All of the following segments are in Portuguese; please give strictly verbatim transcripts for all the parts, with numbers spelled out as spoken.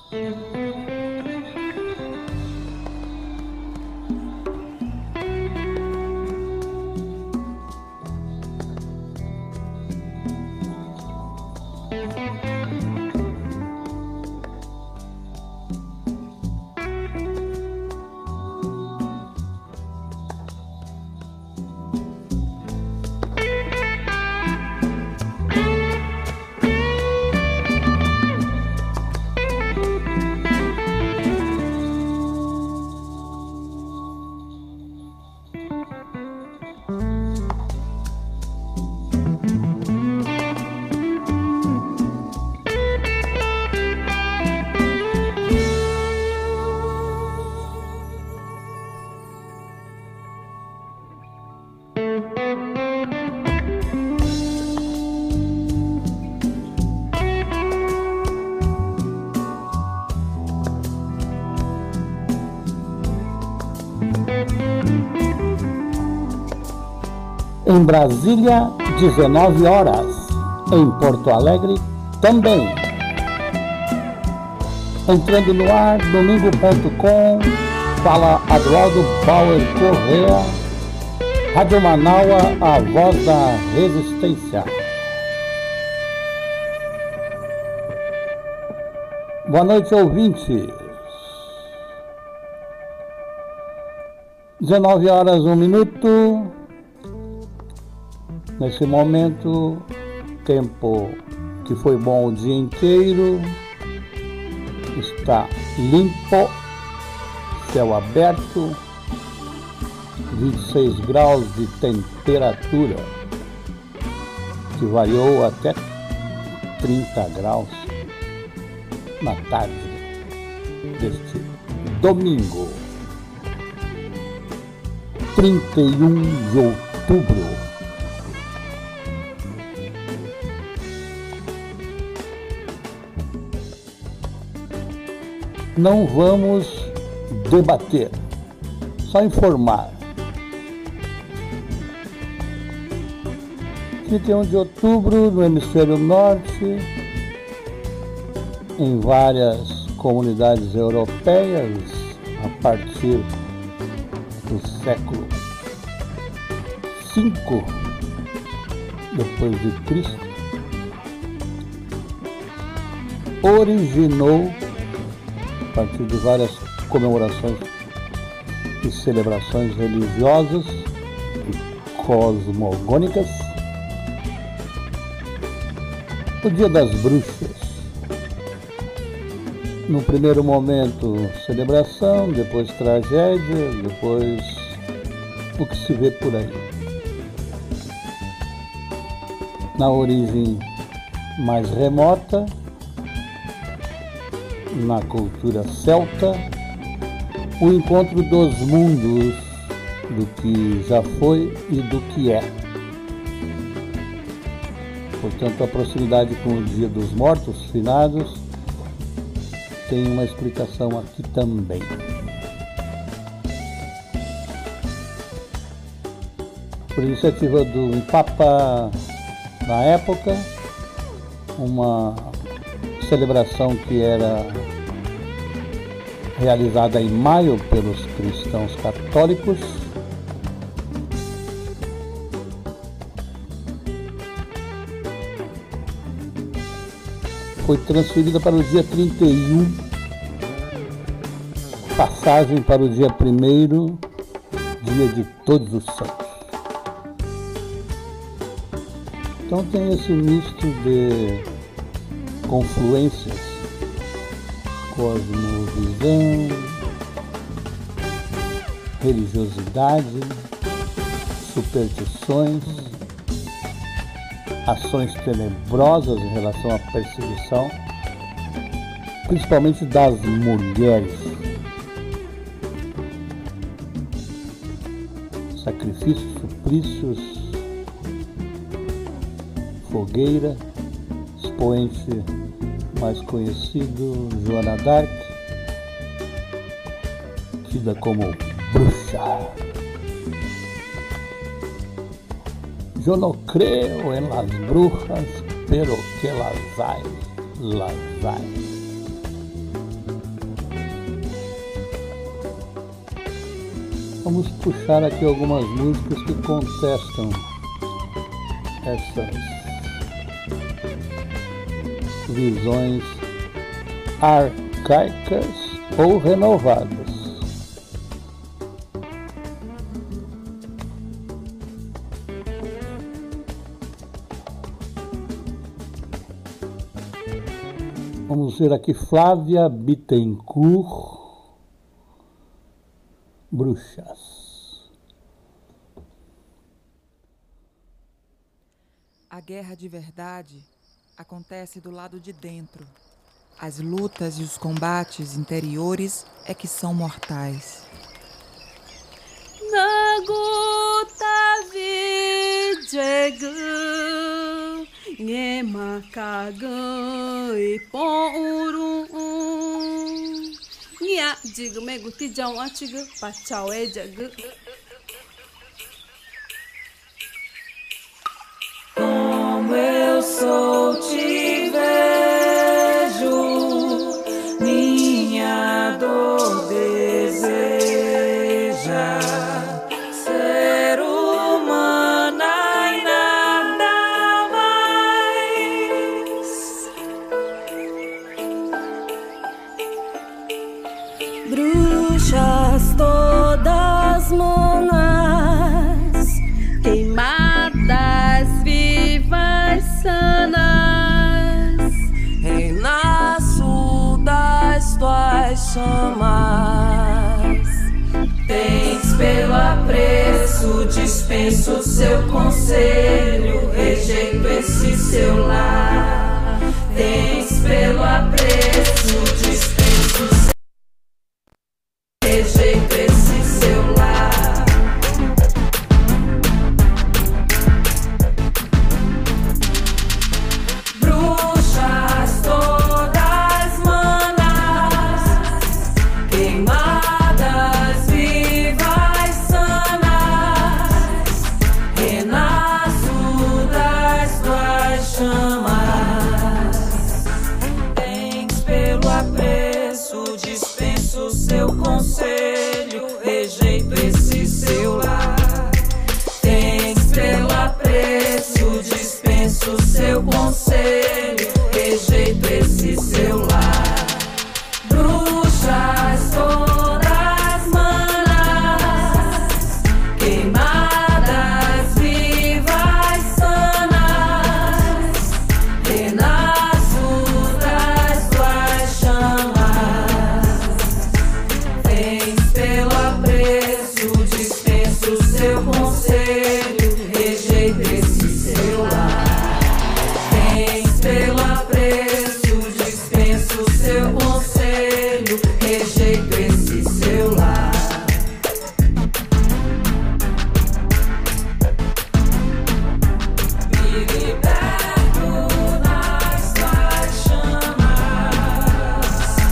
Em Brasília, dezenove horas. Em Porto Alegre, também. Entrando no ar, domingo ponto com, fala Adroaldo Bauer Correa, Rádio Manaua, a voz da resistência. Boa noite, ouvintes. dezenove horas, um minuto. Nesse momento, tempo que foi bom o dia inteiro, está limpo, céu aberto, vinte e seis graus de temperatura, que variou até trinta graus na tarde deste domingo, trinta e um de outubro. Não vamos debater, só informar. trinta e um de outubro, no hemisfério norte, em várias comunidades europeias, a partir do século cinco depois de Cristo, originou, a partir de várias comemorações e celebrações religiosas e cosmogônicas, o Dia das Bruxas. No primeiro momento, celebração, depois tragédia, depois o que se vê por aí. Na origem mais remota, na cultura celta, o encontro dos mundos, do que já foi e do que é. Portanto, a proximidade com o Dia dos Mortos Finados tem uma explicação aqui também. Por iniciativa do Papa na época, uma celebração que era realizada em maio pelos cristãos católicos, foi transferida para o dia trinta e um, passagem para o dia primeiro, dia de Todos os Santos. Então tem esse misto de confluências, cosmovisão, religiosidade, superstições, ações tenebrosas em relação à perseguição, principalmente das mulheres. Sacrifícios, suplícios, fogueira, expoente mais conhecido, Joana d'Arc, tida como bruxa. Eu não creo en las brujas, pero que las hay, las hay. Vamos puxar aqui algumas músicas que contestam essas visões arcaicas ou renovadas. Vamos ver aqui Flávia Bittencourt, Bruxas. A guerra de verdade acontece do lado de dentro. As lutas e os combates interiores é que são mortais. Naguta vidjegu nge makagan e porum nya digu meguti jão atigu pachau e jagu. Como eu sou te vejo, minha dor deseja ser humana e nada mais. Bruxas todas monas, queimadas vivas sanas, renasço das tuas chamas. Tens pelo apreço, dispenso seu conselho, rejeito esse seu lar. Tens pelo apreço, dispenso seu rejeito esse seu lar. Bruxas todas manas, queimadas vivas sanas, renasço das tuas chamas. Tens pelo apreço, dispenso seu conselho, rejeito esse seu lar. Tens pelo apreço, dispenso seu conselho, rejeito esse seu lar. Bruxas todas manas, queimadas vivas sanas, renasço das tuas chamas. Tens pelo apreço, dispenso seu conselho, rejeito esse seu lar. Tens pelo apreço, dispenso seu conselho, rejeito esse seu lar. Me liberto das tuas chamas.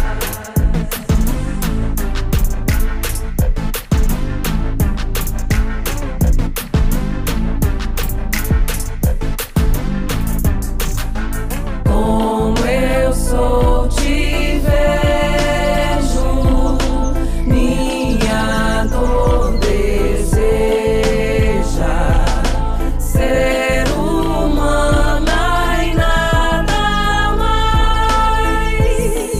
Como eu sou te vejo, minha dor deseja ser humana e nada mais.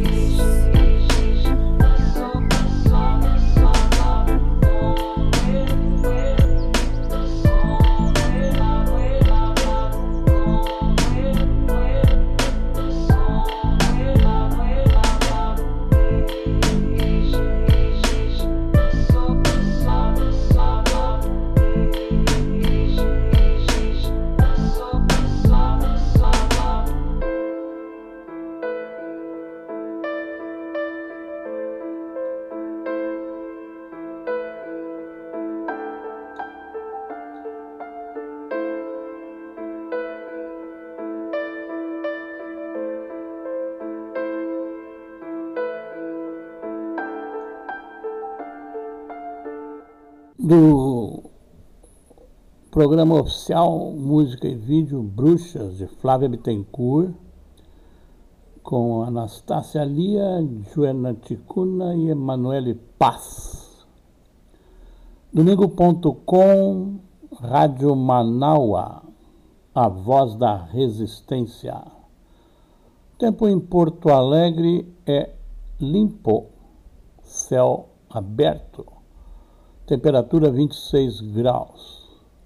Do programa oficial Música e Vídeo Bruxas, de Flávia Bittencourt, com Anastácia Lia, Joana Ticuna e Emanuele Paz. Domingo ponto com, Rádio Manaua, a voz da resistência. O tempo em Porto Alegre é limpo, céu aberto, temperatura vinte e seis graus.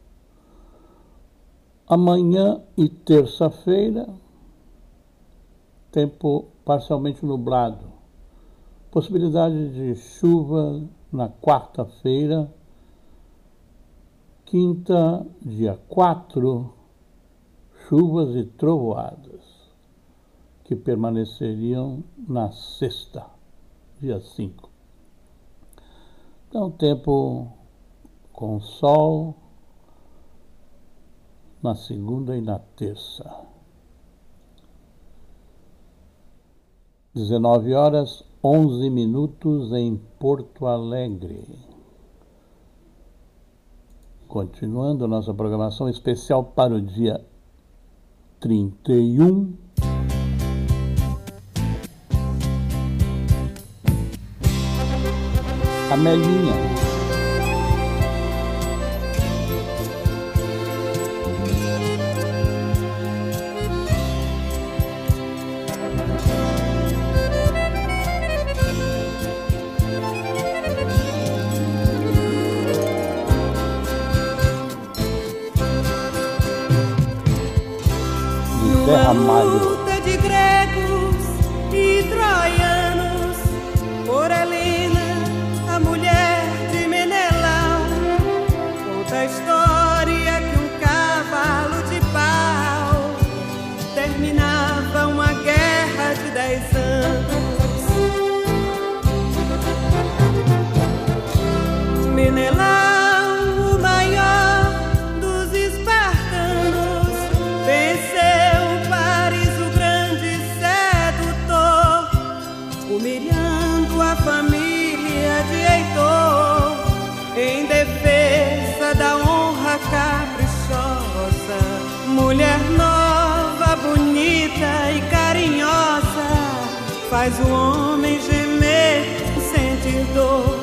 Amanhã e terça-feira, tempo parcialmente nublado. Possibilidade de chuva na quarta-feira. Quinta, dia quatro, chuvas e trovoadas, que permaneceriam na sexta, dia cinco. Então, tempo com sol na segunda e na terça. dezenove horas, onze minutos em Porto Alegre. Continuando nossa programação especial para o dia trinta e um. Amelinha. Numa luta de gregos e troianos, por Helena, a mulher de Menelau, conta a história que um cavalo de pau terminava uma guerra de dez anos. Menelau, o maior dos espartanos, venceu Paris, o grande sedutor, humilhando a família de Heitor, em defesa da honra caprichosa. Mulher nova, bonita e carinhosa, faz o homem gemer e sentir dor.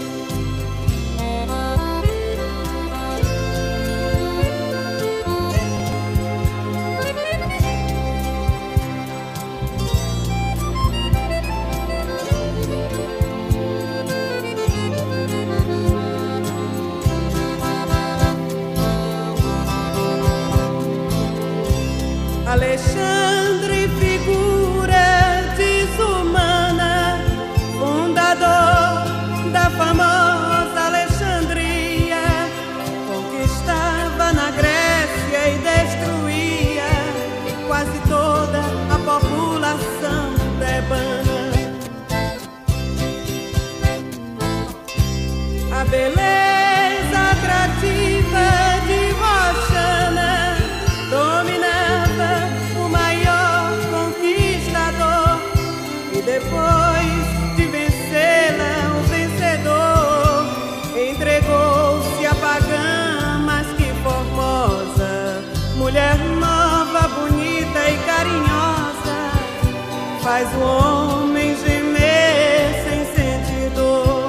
Alexandre, figura desumana, fundador da famosa Alexandria, conquistava na Grécia e destruía quase toda a população tebana. A beleza atrativa de Roxana dominava o maior conquistador, e depois de vencê-la, o vencedor entregou-se à pagã, mas que formosa. Mulher nova, bonita e carinhosa, faz o homem gemer sem sentir dor.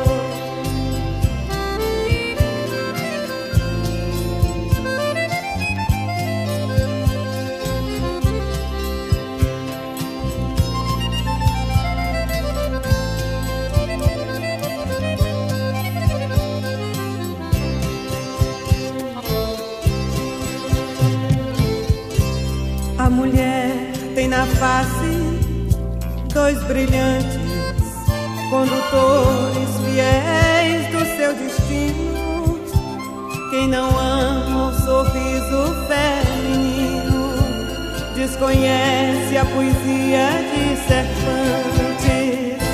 A mulher tem na face dois brilhantes condutores fiéis do seu destino. Quem não ama o sorriso feminino desconhece a poesia de Cervantes.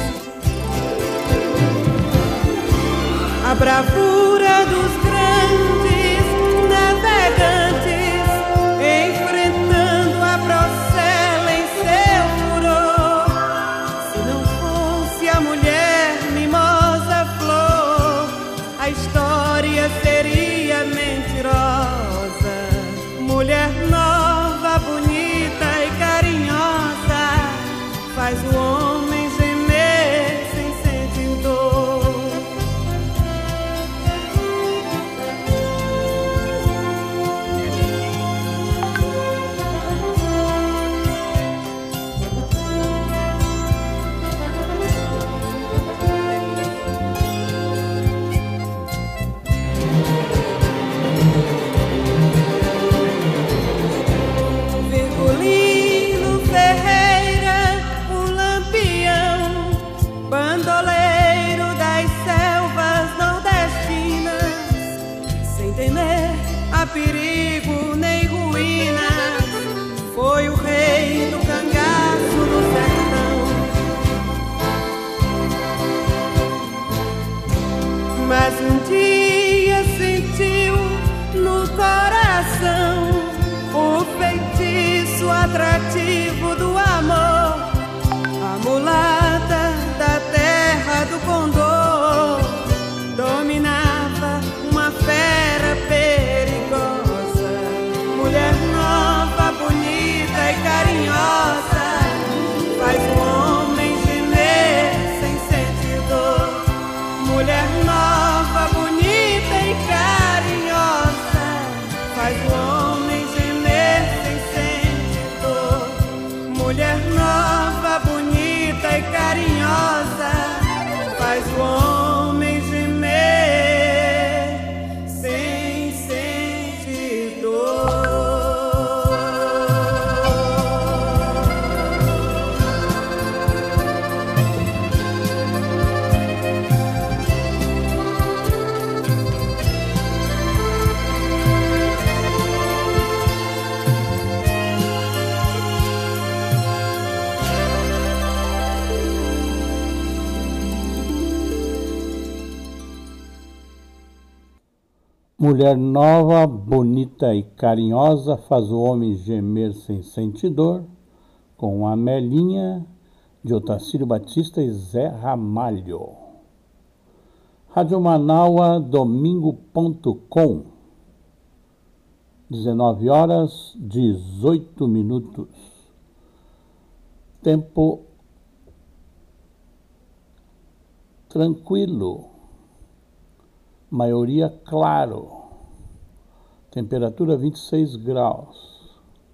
A bravura dos grandes navegantes, enfrentando a procela em seu furor. Se não fosse a mulher mimosa flor, a história seria mentirosa. Mulher nova, bonita e carinhosa, faz o homem gemer sem sentir dor. Mulher nova, bonita e carinhosa, faz o homem gemer sem sentir dor, com Amelinha, de Otacílio Batista e Zé Ramalho. Rádio Manaua, domingo ponto com, dezenove horas, dezoito minutos. Tempo tranquilo, maioria claro, temperatura vinte e seis graus.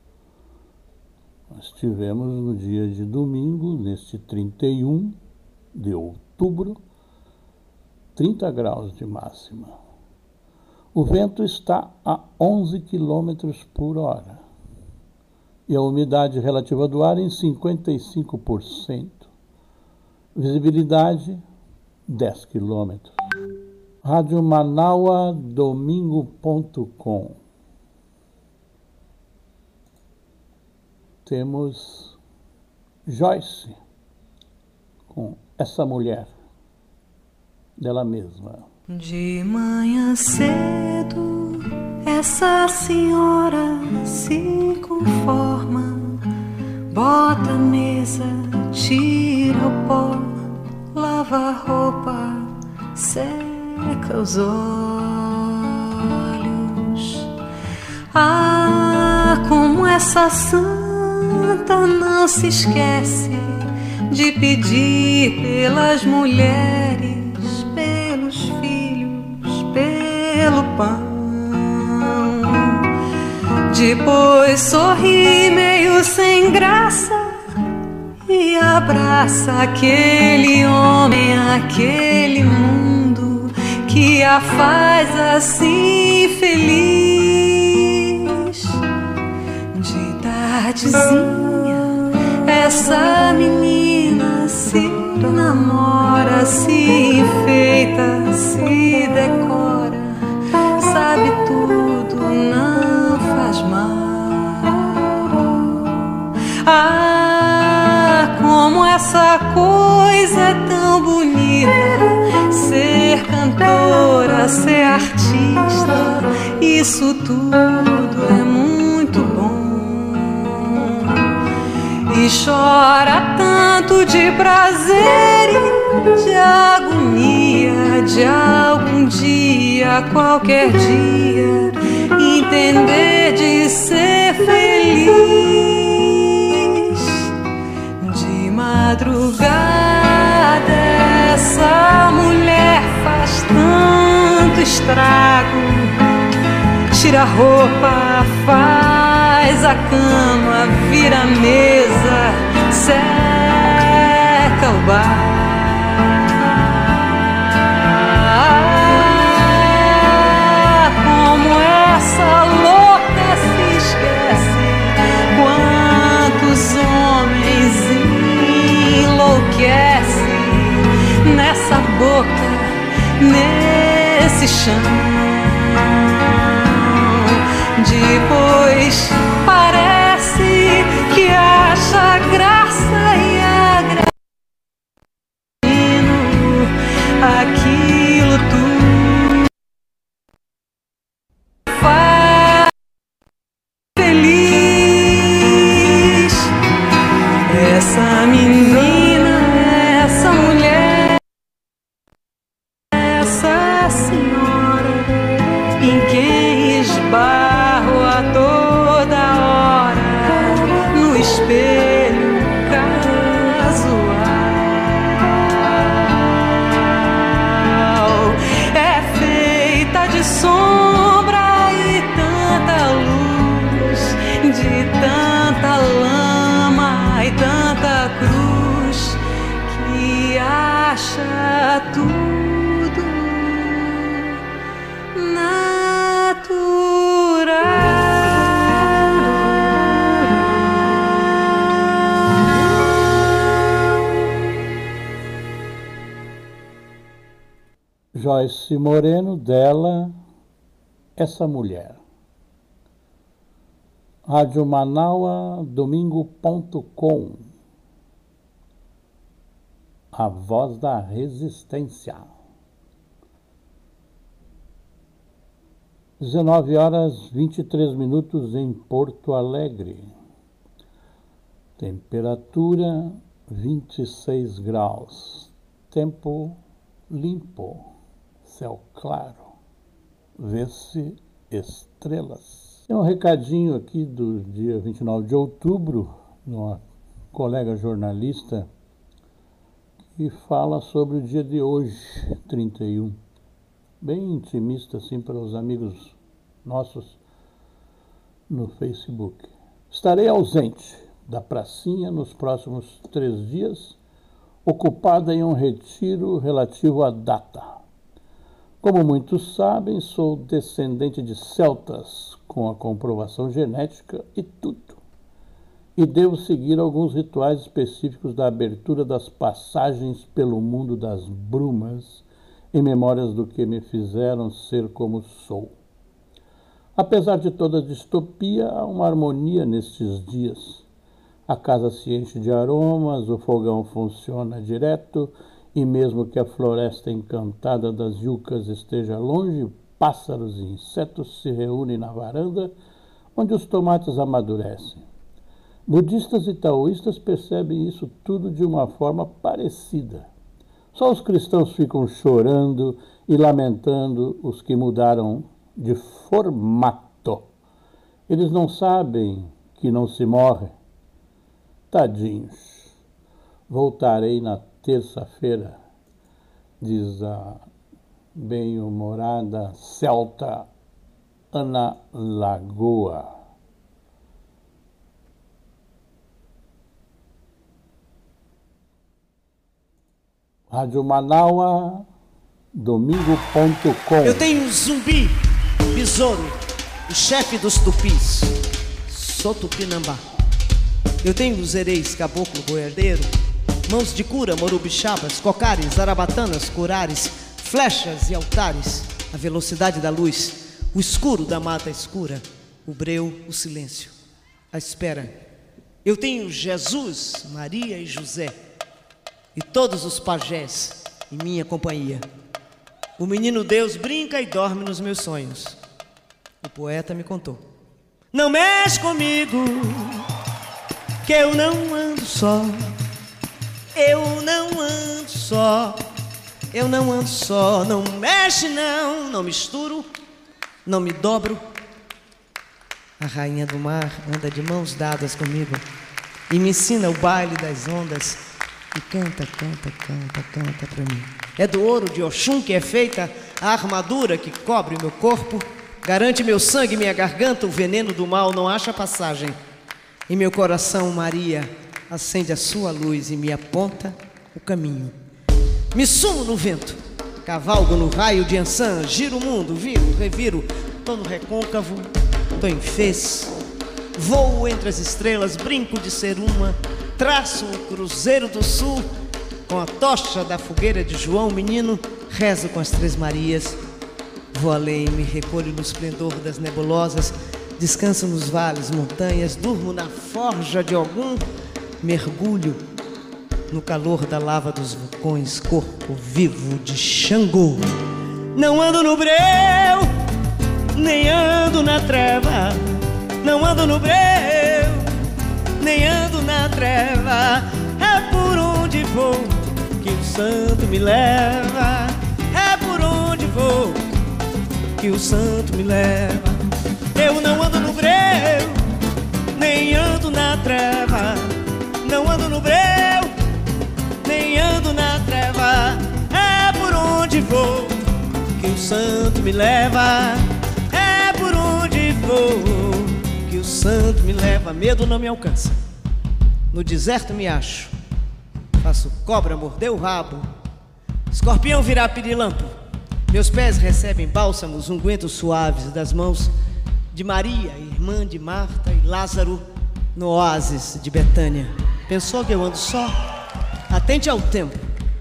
Nós tivemos no dia de domingo, neste trinta e um de outubro, trinta graus de máxima. O vento está a onze quilômetros por hora e a umidade relativa do ar em cinquenta e cinco por cento. Visibilidade dez quilômetros. Rádio Manaua, domingo ponto com. Temos Joyce com Essa Mulher, dela mesma. De manhã cedo, essa senhora se conforma, bota a mesa, tira o pó, lava a roupa, seca os olhos. Ah, como essa santa não se esquece de pedir pelas mulheres, pelos filhos, pelo pão. Depois sorri meio sem graça e abraça aquele homem, aquele mundo que a faz assim feliz. De tardezinha, essa menina se namora, se enfeita, se decora, sabe tudo, não faz mal. Ah, como essa coisa é tão bonita, ser cantora, ser artista, isso tudo é muito bom. E chora tanto de prazer e de agonia, de algum dia, qualquer dia, entender de ser feliz. De madrugada essa mulher faz tanto estrago, tira a roupa, faz a cama, vira a mesa, seca o bar. Ah, como essa louca se esquece, quantos homens enlouquecem nessa boca, nesse chão. Depois parece que acha graça e agradecendo aquilo tudo faz feliz. Essa menina, essa mulher, essa senhora em quem esbarro a toda hora no espelho casual. É feita de sombra e tanta luz, de tanta lama e tanta cruz, que acha tudo Joyce Moreno, dela, Essa Mulher. Rádio Manaua, domingo ponto com. A voz da resistência. dezenove horas vinte e três minutos em Porto Alegre. Temperatura vinte e seis graus. Tempo limpo. Céu claro. Vê-se estrelas. Tem um recadinho aqui do dia vinte e nove de outubro, de uma colega jornalista, que fala sobre o dia de hoje, trinta e um. Bem intimista, assim, para os amigos nossos no Facebook. Estarei ausente da pracinha nos próximos três dias, ocupada em um retiro relativo à data. Como muitos sabem, sou descendente de celtas, com a comprovação genética e tudo. E devo seguir alguns rituais específicos da abertura das passagens pelo mundo das brumas, em memórias do que me fizeram ser como sou. Apesar de toda a distopia, há uma harmonia nestes dias. A casa se enche de aromas, o fogão funciona direto, e mesmo que a floresta encantada das yucas esteja longe, pássaros e insetos se reúnem na varanda, onde os tomates amadurecem. Budistas e taoístas percebem isso tudo de uma forma parecida. Só os cristãos ficam chorando e lamentando os que mudaram de formato. Eles não sabem que não se morre. Tadinhos. Voltarei na terça-feira, diz a bem-humorada celta Ana Lagoa. Rádio Manaua, domingo ponto com. Eu tenho um zumbi, besouro, o chefe dos tupis. Sou tupinambá. Eu tenho os ereis, caboclo, boiadeiro, mãos de cura, morubixabas, cocares, arabatanas, curares, flechas e altares, a velocidade da luz, o escuro da mata escura, o breu, o silêncio, a espera. Eu tenho Jesus, Maria e José, e todos os pajés em minha companhia. O menino Deus brinca e dorme nos meus sonhos. O poeta me contou: não mexe comigo, que eu não ando só. Eu não ando só. Eu não ando só. Não mexe não, não misturo, não me dobro. A rainha do mar anda de mãos dadas comigo e me ensina o baile das ondas. E canta, canta, canta, canta pra mim. É do ouro de Oxum que é feita a armadura que cobre o meu corpo, garante meu sangue e minha garganta, o veneno do mal não acha passagem. Em meu coração, Maria acende a sua luz e me aponta o caminho. Me sumo no vento, cavalgo no raio de Ansan, giro o mundo, viro, reviro, tô no recôncavo, tô em fez, voo entre as estrelas, brinco de ser uma, traço o cruzeiro do sul, com a tocha da fogueira de João Menino, rezo com as Três Marias, vou além, me recolho no esplendor das nebulosas, descanso nos vales, montanhas, durmo na forja de algum, mergulho no calor da lava dos vulcões, corpo vivo de Xangô. Não ando no breu, nem ando na treva, não ando no breu, nem ando na treva, é por onde vou que o santo me leva, é por onde vou que o santo me leva. Eu não ando no breu, nem ando na treva, não ando no breu, nem ando na treva, é por onde vou que o santo me leva, é por onde vou que o santo me leva. Medo não me alcança, no deserto me acho, faço cobra morder o rabo, escorpião virar pirilampo, meus pés recebem bálsamos, ungüentos suaves das mãos de Maria, irmã de Marta e Lázaro, no oásis de Betânia. Pensou que eu ando só? Atente ao tempo.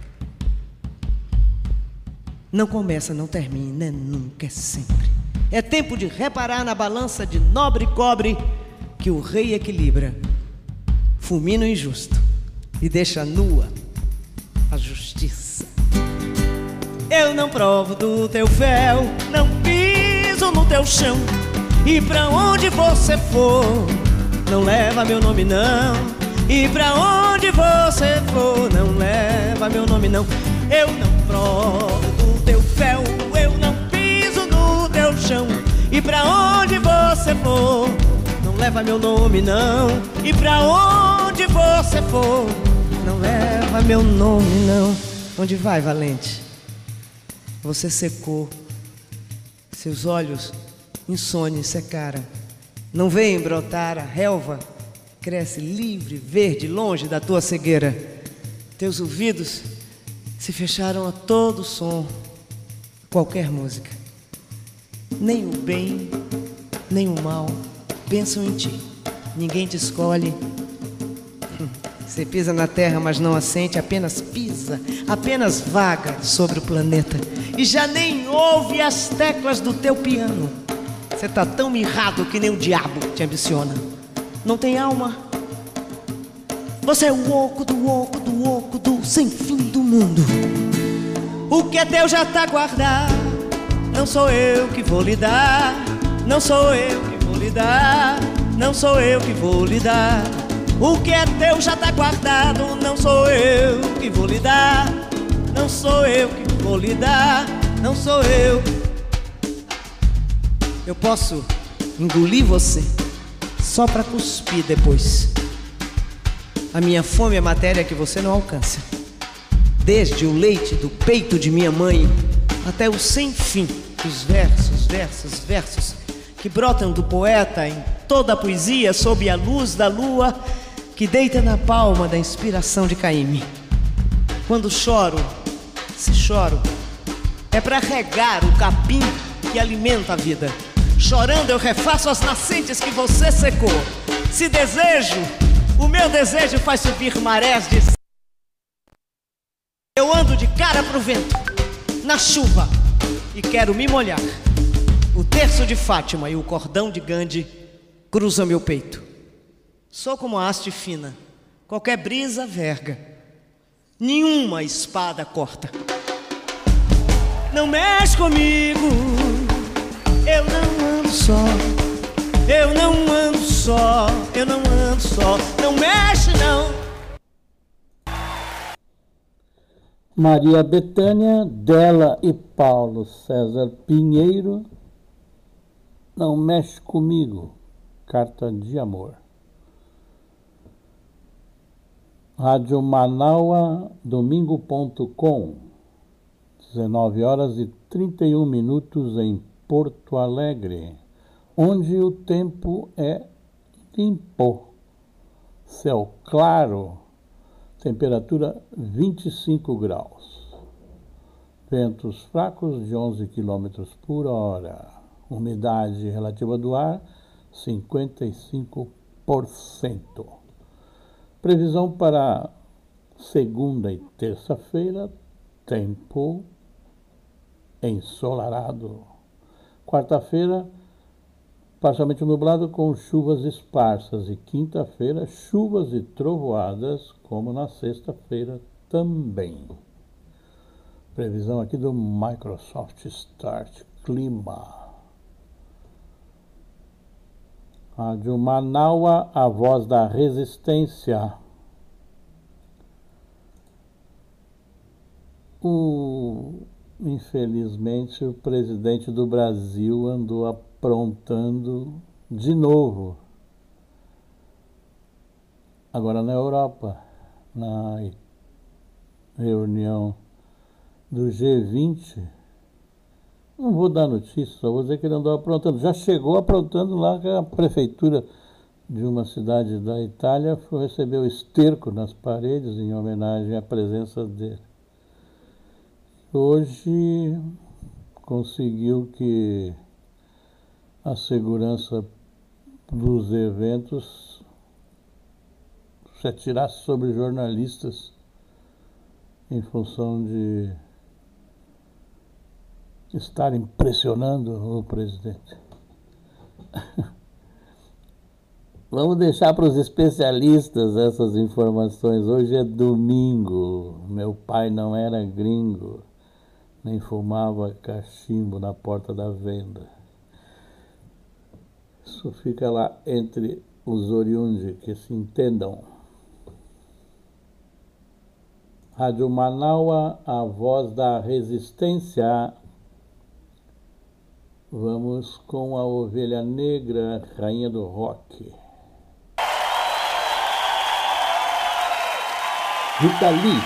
Não começa, não termina, é nunca, é sempre. É tempo de reparar na balança de nobre cobre que o rei equilibra, fulmina o injusto e deixa nua a justiça. Eu não provo do teu fel, não piso piso no teu chão. E pra onde você for, não leva meu nome não. E pra onde você for, não leva meu nome não. Eu não provo do teu fel, eu não piso no teu chão. E pra onde você for, não leva meu nome não. E pra onde você for, não leva meu nome não. Onde vai, valente? Você secou, seus olhos insônios secaram. Não vem brotar a relva, cresce livre, verde, longe da tua cegueira. Teus ouvidos se fecharam a todo som, qualquer música. Nem o bem, nem o mal pensam em ti. Ninguém te escolhe. Você pisa na terra, mas não a sente, apenas pisa, apenas vaga sobre o planeta. E já nem ouve as teclas do teu piano. Você tá tão mirrado que nem o diabo te ambiciona. Não tem alma. Você é o oco do oco do oco do sem fim do mundo. O que é teu já tá guardado. Não sou eu que vou lhe dar. Não sou eu que vou lhe dar. Não sou eu que vou lhe dar. O que é teu já tá guardado. Não sou eu que vou lhe dar. Não sou eu que vou lhe dar. Não sou eu. Eu posso engolir você só pra cuspir depois. A minha fome é matéria que você não alcança. Desde o leite do peito de minha mãe até o sem fim dos versos, versos, versos que brotam do poeta em toda a poesia sob a luz da lua que deita na palma da inspiração de Caíme. Quando choro, se choro, é pra regar o capim que alimenta a vida. Chorando eu refaço as nascentes que você secou. Se desejo, o meu desejo faz subir marés de... Eu ando de cara pro vento, na chuva, e quero me molhar. O terço de Fátima e o cordão de Gandhi cruzam meu peito. Sou como a haste fina, qualquer brisa verga, nenhuma espada corta. Não mexe comigo, eu não ando só. Eu não ando só, eu não ando só. Não mexe não. Maria Bethânia, dela e Paulo César Pinheiro, Não Mexe Comigo, Carta de Amor. Rádio Manaua, domingo ponto com, dezenove horas e trinta e um minutos em Porto Alegre, onde o tempo é limpo, céu claro, temperatura vinte e cinco graus, ventos fracos de onze quilômetros por hora, umidade relativa do ar cinquenta e cinco por cento. Previsão para segunda e terça-feira, tempo ensolarado. Quarta-feira, parcialmente nublado com chuvas esparsas. E quinta-feira, chuvas e trovoadas, como na sexta-feira também. Previsão aqui do Microsoft Start Clima. Rádio Manaua, a voz da resistência. O, infelizmente, o presidente do Brasil andou aprontando de novo. Agora na Europa, na reunião do G vinte. Não vou dar notícia, só vou dizer que ele andou aprontando. Já chegou aprontando lá que a prefeitura de uma cidade da Itália foi receber o esterco nas paredes em homenagem à presença dele. Hoje conseguiu que a segurança dos eventos se atirasse sobre jornalistas em função de estar impressionando o presidente. Vamos deixar para os especialistas essas informações. Hoje é domingo. Meu pai não era gringo, nem fumava cachimbo na porta da venda. Isso fica lá entre os oriundes que se entendam. Rádio Manaua, a voz da resistência. Vamos com a Ovelha Negra, rainha do rock. Rita Lee.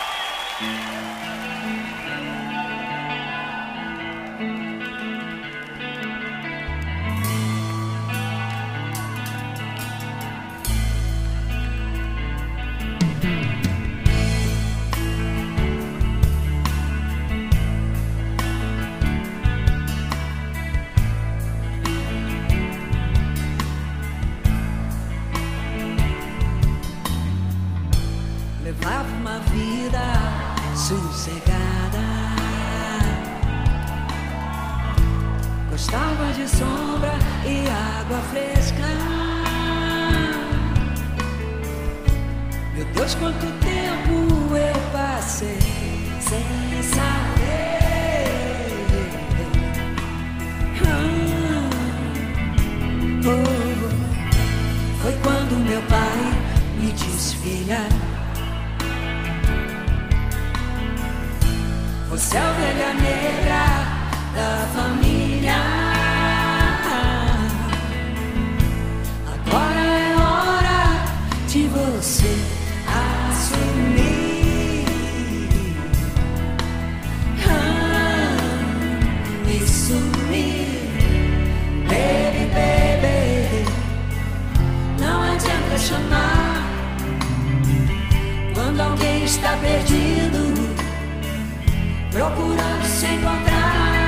Levava uma vida sossegada, gostava de sombra e água fresca. Meu Deus, quanto tempo eu passei sem saber. Ah, oh, foi quando meu pai me disse: filha, você é a ovelha negra da família. Agora é hora de você assumir. Ah, e sumir. Baby, baby, não adianta chamar quando alguém está perdido, procurando se encontrar.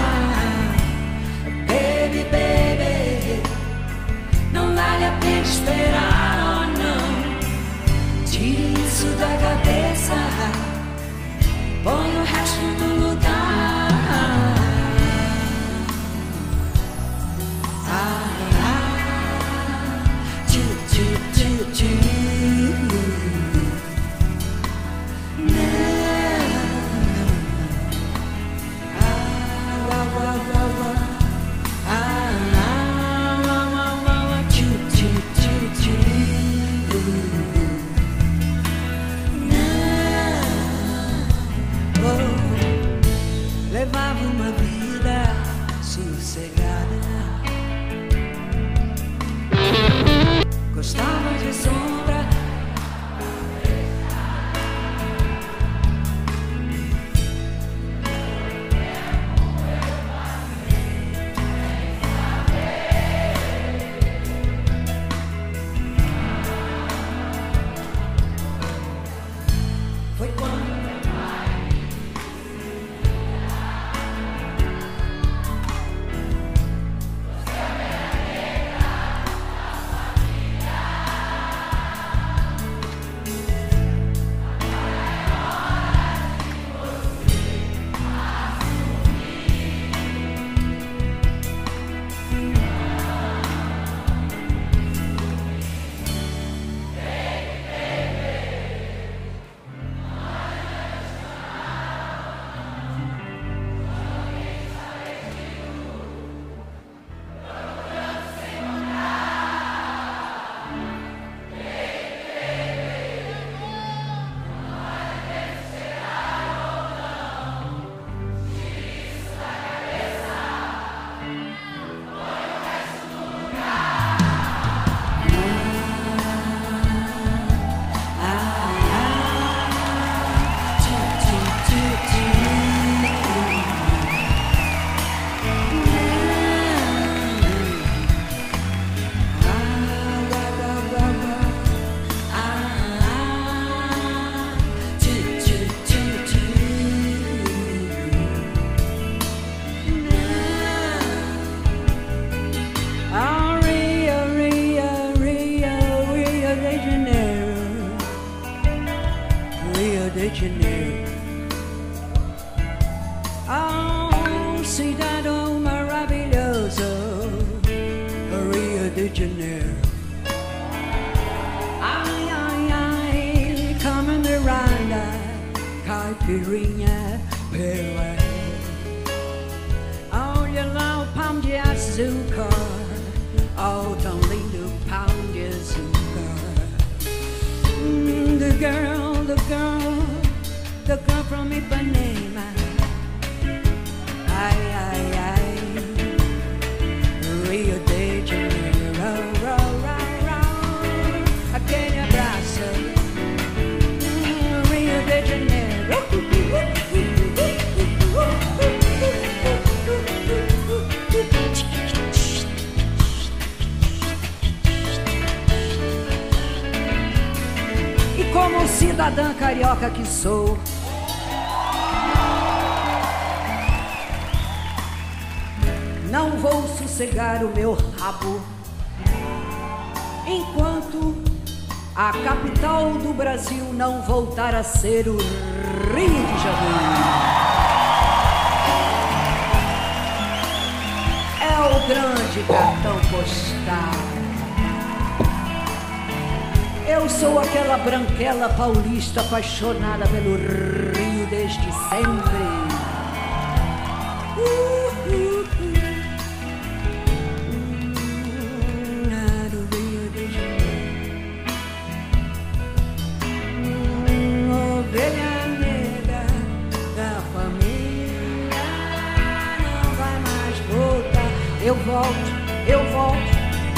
Baby, baby, não vale a pena esperar, oh não. Tire isso da cabeça, põe o resto no lugar. Ah, ah, tchu, tchu, tchu, tchu. Levava uma vida sossegada, gostava de sombra, foi quando de Janeiro. Oh, cidade maravilhosa, Rio de Janeiro. Ai, ai, ai, come Miranda, caipirinha, Pelé. Olha lá o pão de açúcar, Oh, don't lean to pound your sugar. Mm, the girl, the girl, the girl from Ipanema. Ay, ay, ay. Rio de Janeiro, row, row, row. Aquele abraço. Mm, Rio de Janeiro. Como cidadã carioca que sou, não vou sossegar o meu rabo enquanto a capital do Brasil não voltar a ser o Rio de Janeiro. É o grande cartão postal. Eu sou aquela branquela paulista apaixonada pelo Rio desde sempre. Uh, uh, uh. Ah, do Rio de Janeiro. Hum, ovelha negra da família não vai mais voltar. Eu volto, eu volto.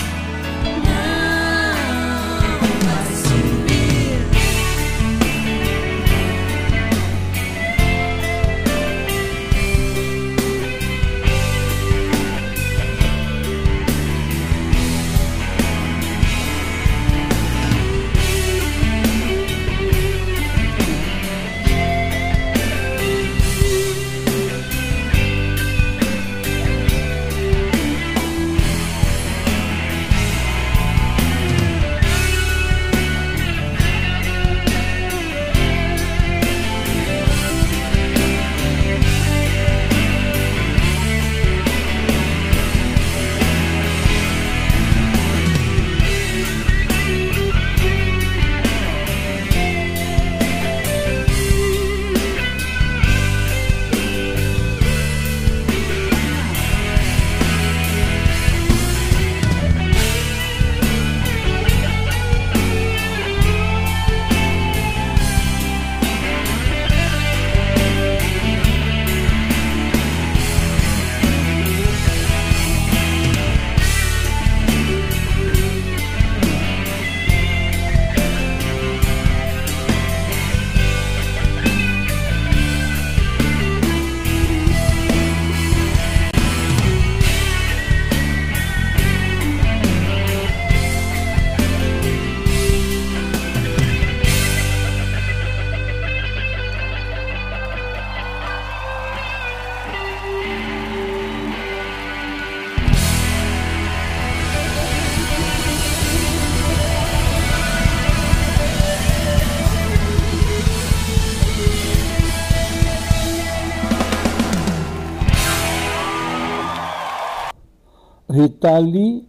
Rita Lee,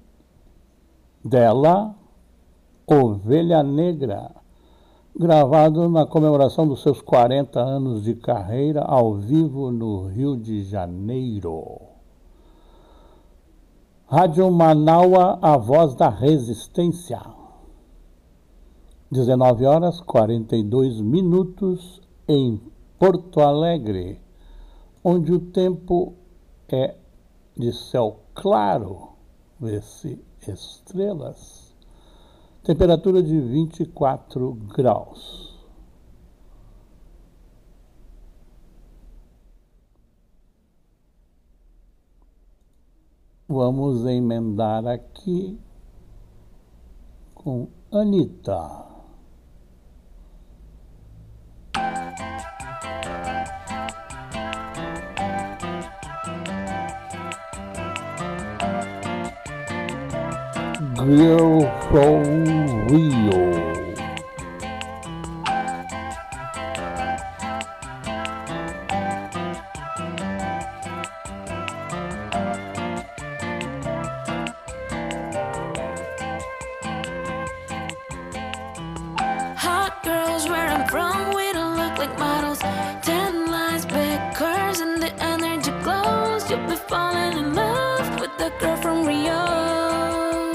dela, Ovelha Negra, gravado na comemoração dos seus quarenta anos de carreira ao vivo no Rio de Janeiro. Rádio Manaua, a voz da resistência. dezenove horas e quarenta e dois minutos em Porto Alegre, onde o tempo é de céu claro, vê-se estrelas. Temperatura de vinte e quatro graus. Vamos emendar aqui com Anitta. Girl from Rio. Hot girls where I'm from, we don't look like models. Ten lines, big curves, and the energy glows. You'll be falling in love with the girl from Rio.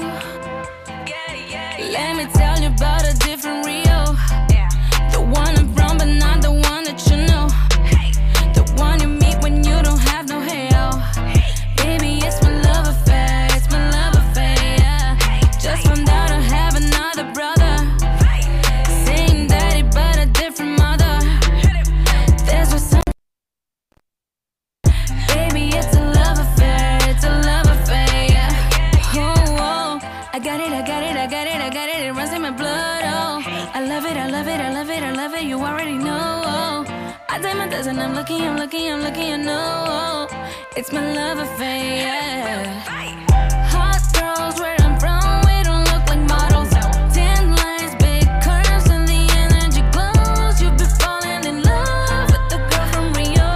does and I'm lucky, I'm lucky, I'm lucky, I know it's my love affair, yeah. Hot girls where I'm from, we don't look like models. Ten lines, big curves, and the energy glows. You'll be falling in love with the girl from Rio.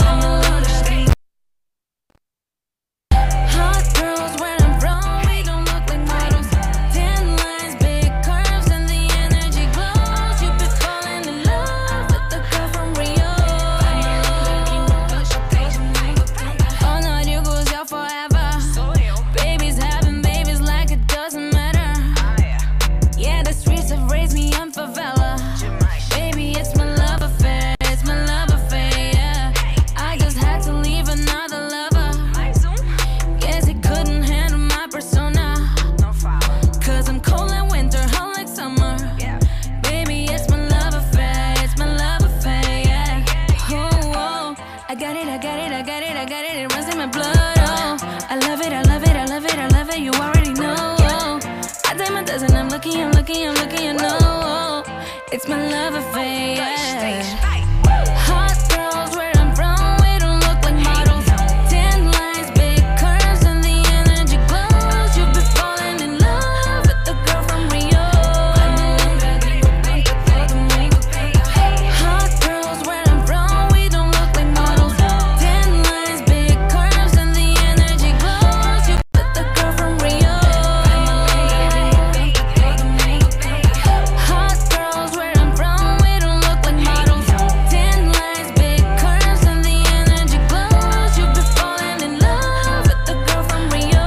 Hot girls where I'm from, we don't look like models. Ten lines, big curves, and the energy glows. You'll be falling in love with the girl from Rio. All night you goes out forever. Babies having babies like it doesn't matter. Yeah, the streets have raised me on favela. Baby, it's my love affair, it's my love affair, yeah. I just had to leave another lover. Guess he couldn't handle my persona. Cause I'm cold in winter, hot like summer. Baby, it's my love affair, it's my love affair, yeah. Oh, oh, I got it, I got it, I got it, I got it, it runs in my blood, oh. I love it, I love it, I love it, I love it, you already know, oh. I did my dozen, I'm lucky, I'm lucky, I'm lucky, I know, oh. It's my love affair, yeah. Hot girls where I'm from, we don't look like models. Ten lines, big curves, and the energy glows. You'll be falling in love with the girl from Rio. Hot girls where I'm from, we don't look like models. Ten lines, big curves, and the energy glows. You with the girl from Rio. Hot girls where I'm from, we don't look like models. Ten lines, big curves, and the energy glows. You be falling in love with the girl from Rio.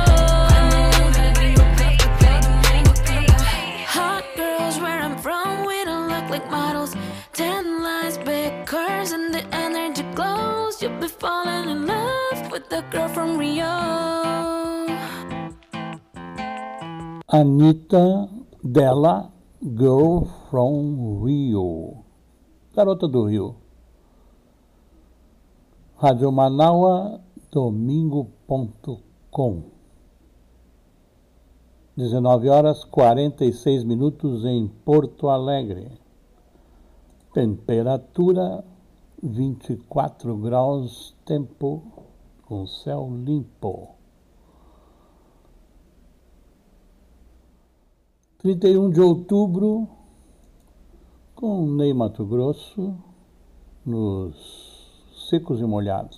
Hot girls where I'm from, we don't look like models. Ten lines, big curves, and the energy glows. You'll be falling in love with the girl from Rio. Anitta Della, Girl from Rio. Garota do Rio. Rádio Manaua, domingo ponto com. dezenove horas quarenta e seis minutos em Porto Alegre. Temperatura vinte e quatro graus, tempo com céu limpo. trinta e um de outubro, com Ney Mato Grosso, nos Secos e Molhados.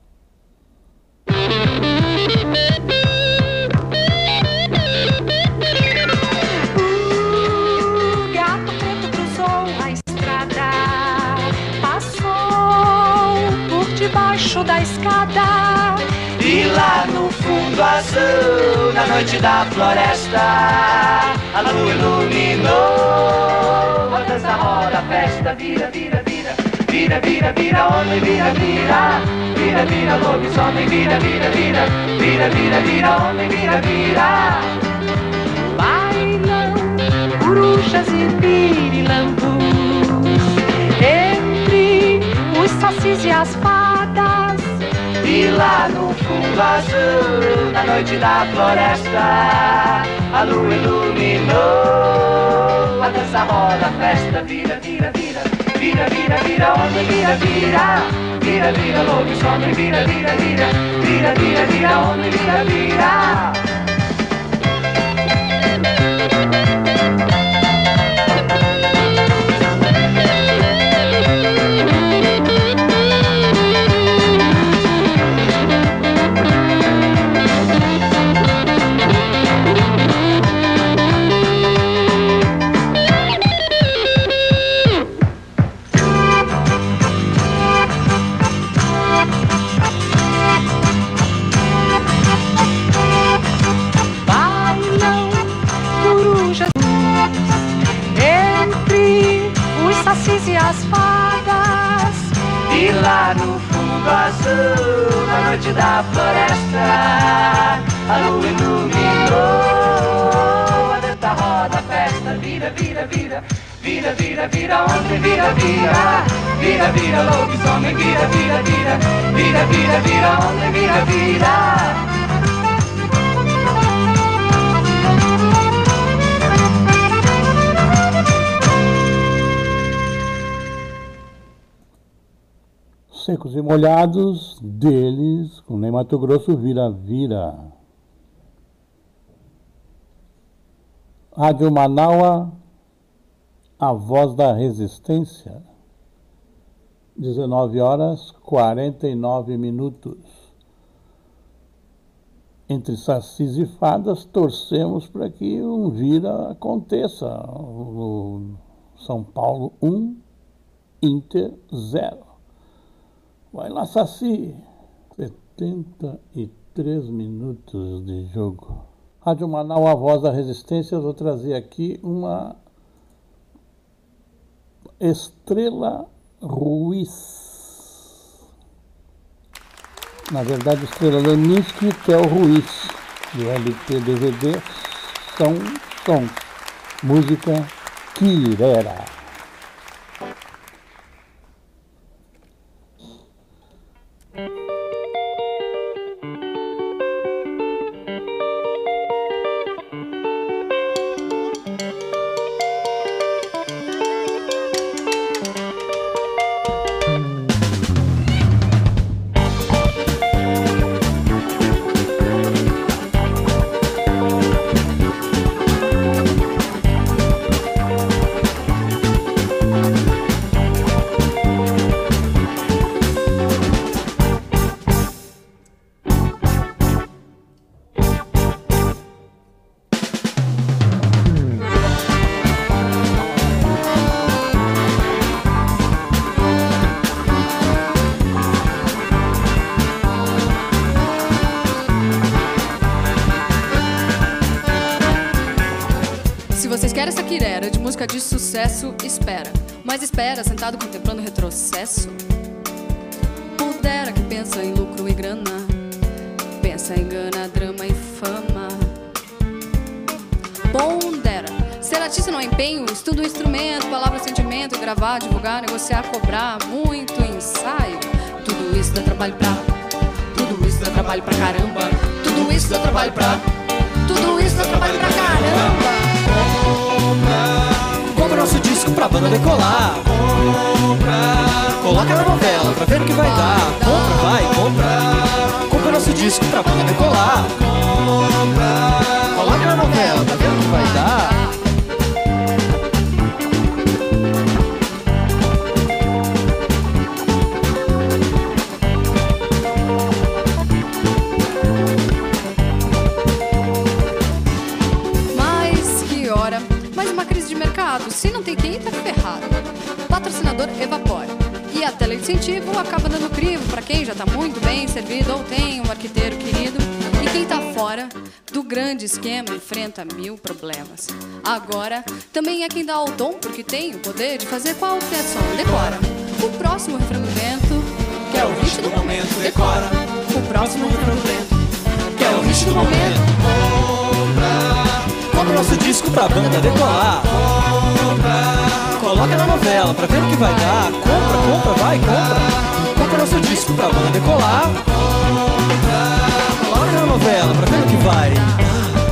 O gato preto cruzou a estrada, passou por debaixo da escada. E lá no fundo azul, na noite da floresta, a lua iluminou. A dança roda, a festa vira, vira, vira, vira, vira, vira, homem, vira, vira, vira, vira, lobisomem, vira, vira, vira, vira, vira, vira, homem, vira, vira. Bailam corujas e pirilambus entre os sacis e as fadas. E lá no fundo azul, na noite da floresta, a lua iluminou. A dança roda, a festa vira, vira, vira, vira, vira, vira, homem, vira, vira, vira, vira, lobisomem, vira, vira, vira, vira, vira, vira, homem, vira, vira. Sacis e as fadas. E lá no fundo azul, na noite da floresta, a lua iluminou. A dança roda, a festa vira, vira, vira, vira, vira, vira, ontem vira, vira, vira, vira, lobisomem, vira, vira, vira, vira, vira, vira, ontem vira, vira. Secos e Molhados, deles, com Ney Matogrosso, Vira Vira. Rádio Manaua, A Voz da Resistência, dezenove horas, quarenta e nove minutos. Entre sacis e fadas, torcemos para que um vira aconteça. O São Paulo um, Inter zero. Vai lá, Saci. setenta e três minutos de jogo. Rádio Manaus, A Voz da Resistência. Eu vou trazer aqui uma Estrela Ruiz. Na verdade, Estrela Leminski e Theo Ruiz, do L P D V D São Sons. Música Quirera. De sucesso, espera, mas espera sentado contemplando o retrocesso. Pudera que pensa em lucro e grana, pensa em gana, drama e fama. Pondera, ser artista não é empenho, estuda o instrumento, palavra, sentimento, gravar, divulgar, negociar, cobrar, muito ensaio. Tudo isso dá trabalho pra, tudo isso dá trabalho pra caramba, tudo isso dá trabalho pra, tudo isso dá trabalho pra caramba. Compra nosso disco pra banda decolar. Compra, coloca na novela pra ver o que vai dar. Compra, vai, compra. Compra nosso disco pra banda decolar. Compra, coloca na novela pra ver o que vai dar. Se não tem quem, tá ferrado. Patrocinador evapora e a tela de incentivo acaba dando crivo pra quem já tá muito bem servido ou tem um arquiteiro querido. E quem tá fora do grande esquema enfrenta mil problemas. Agora também é quem dá o tom porque tem o poder de fazer qualquer som. Decora o próximo refrão do vento, que é o hit do momento. Decora o próximo refrão do vento, que é o hit do momento. Compra nosso disco pra banda decolar. Compra, coloca na novela pra ver o que vai dar. Compra, compra, vai, compra. Compra nosso disco pra banda decolar. Compra, coloca na novela pra ver o que vai dar.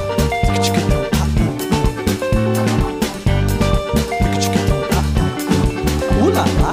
Ulala.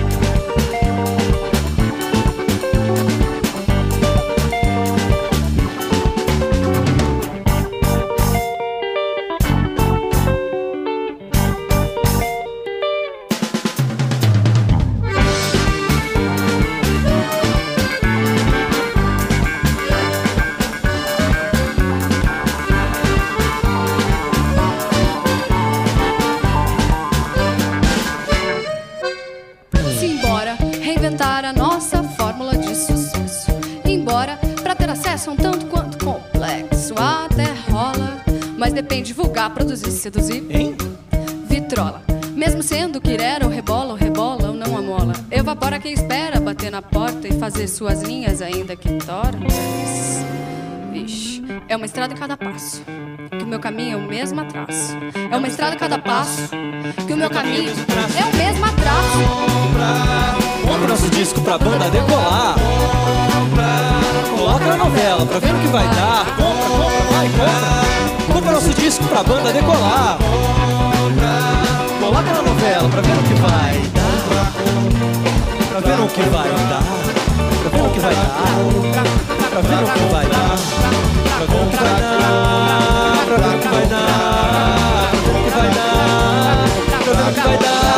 Produzir, seduzir, hein? Vitrola. Mesmo sendo quirera ou rebola, ou rebola ou não amola. Evapora quem espera bater na porta e fazer suas linhas ainda que tortas. Vixe, é uma estrada em cada passo, que o meu caminho é o mesmo atraso. É uma estrada em cada passo, que o meu caminho é o mesmo atraso. Compra nosso disco pra banda decolar. Coloca na novela pra ver o que vai dar. Compra, compra, vai, compra. Compra nosso disco pra banda decolar. Coloca na novela pra ver o que vai dar. pra ver o que vai dar, pra ver o que vai dar, pra ver o que vai dar, pra ver o que vai dar, pra ver o que vai dar, pra ver o que vai dar, pra ver o que vai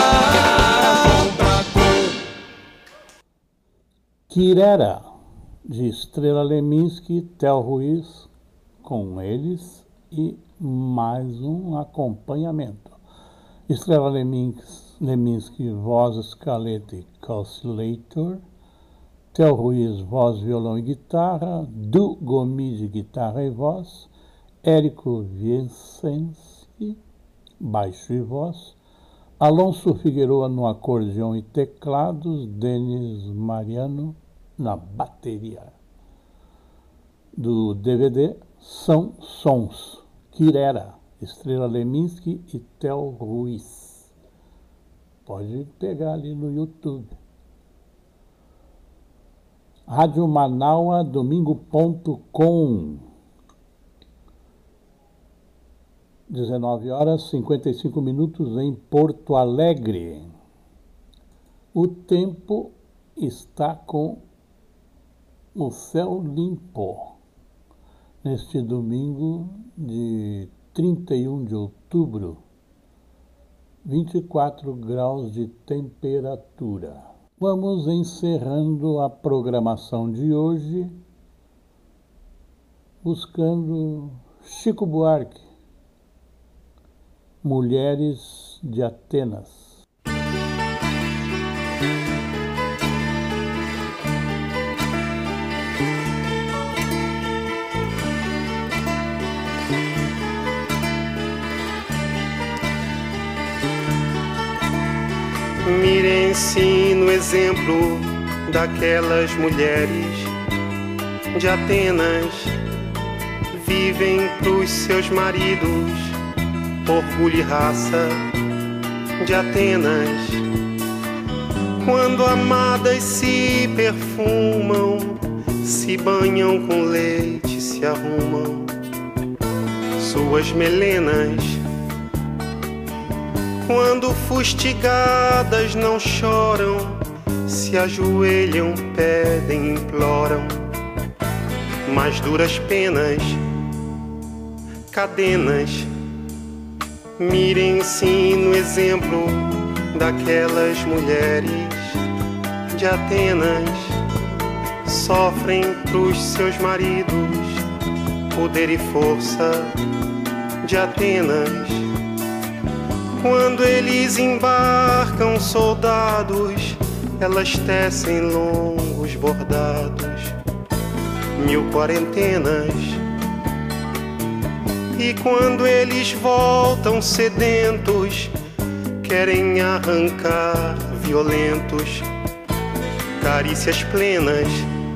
dar. Quirera, de Estrela Leminski, Theo Ruiz, com eles e mais um acompanhamento. Estrela Leminski, voz, escaleta e calculator. Theo Ruiz, voz, violão e guitarra. Du Gomide, guitarra e voz. Érico Vincenzi, baixo e voz. Alonso Figueroa no acordeão e teclados. Denis Mariano na bateria. Do D V D São Sons, Quirera, Estrela Leminski e Theo Ruiz. Pode pegar ali no YouTube. Rádio Manaua, domingo ponto com. dezenove horas e cinquenta e cinco minutos em Porto Alegre. O tempo está com o céu limpo neste domingo de trinta e um de outubro, vinte e quatro graus de temperatura. Vamos encerrando a programação de hoje, buscando Chico Buarque, Mulheres de Atenas. Mirem-se no exemplo daquelas mulheres de Atenas, vivem pros seus maridos, orgulho e raça de Atenas. Quando amadas se perfumam, se banham com leite, se arrumam suas melenas. Quando fustigadas não choram, se ajoelham, pedem, imploram, mas duras penas, cadenas. Mirem-se no exemplo daquelas mulheres de Atenas, sofrem pros seus maridos, poder e força de Atenas. Quando eles embarcam soldados, elas tecem longos bordados, mil quarentenas. E quando eles voltam sedentos, querem arrancar violentos, carícias plenas,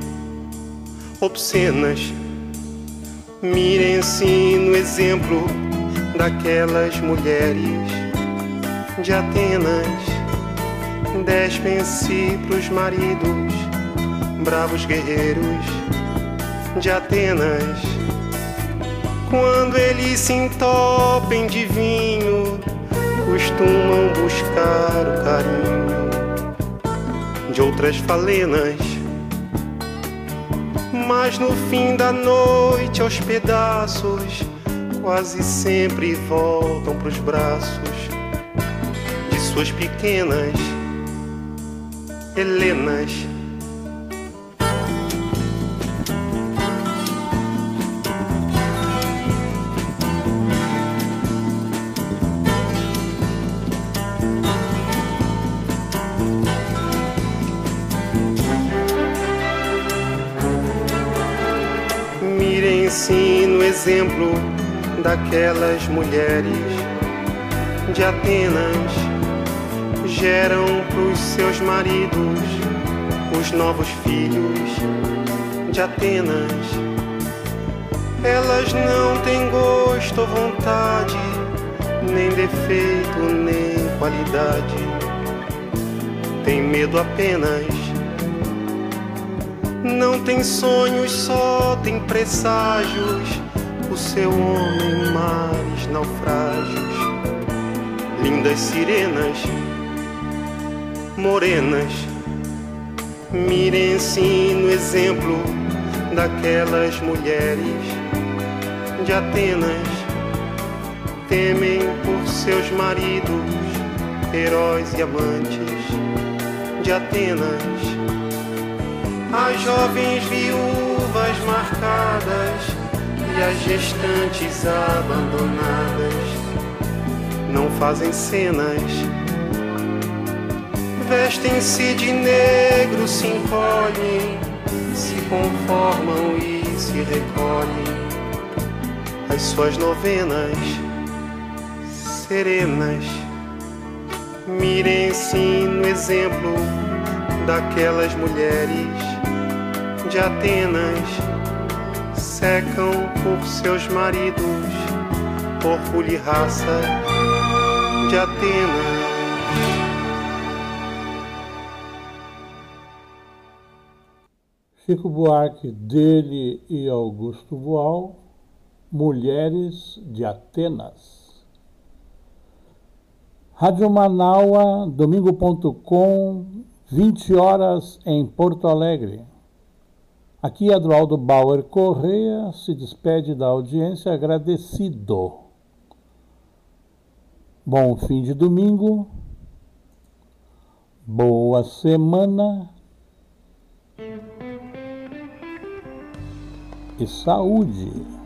obscenas. Mirem-se no exemplo daquelas mulheres de Atenas, despem-se pros maridos, bravos guerreiros de Atenas. Quando eles se entopem de vinho, costumam buscar o carinho de outras falenas, mas no fim da noite aos pedaços quase sempre voltam pros braços de suas pequenas Helenas. Mirem-se no exemplo daquelas mulheres de Atenas, geram pros seus maridos os novos filhos de Atenas. Elas não têm gosto ou vontade, nem defeito, nem qualidade. Tem medo apenas, não tem sonhos, só tem presságios. O seu homem, mares, naufrágios, lindas sirenas, morenas, Mirem-se no exemplo daquelas mulheres de Atenas, temem por seus maridos, heróis e amantes de Atenas. As jovens viúvas marcadas e as gestantes abandonadas não fazem cenas. Vestem-se de negro, se encolhem, se conformam e se recolhem às suas novenas serenas. Mirem-se no exemplo daquelas mulheres de Atenas, secam por seus maridos, orgulho e raça de Atenas. Chico Buarque, dele e Augusto Boal, Mulheres de Atenas. Rádio Manaua, domingo ponto com, vinte horas em Porto Alegre. Aqui Adroaldo Bauer Correia se despede da audiência agradecido. Bom fim de domingo, boa semana e saúde.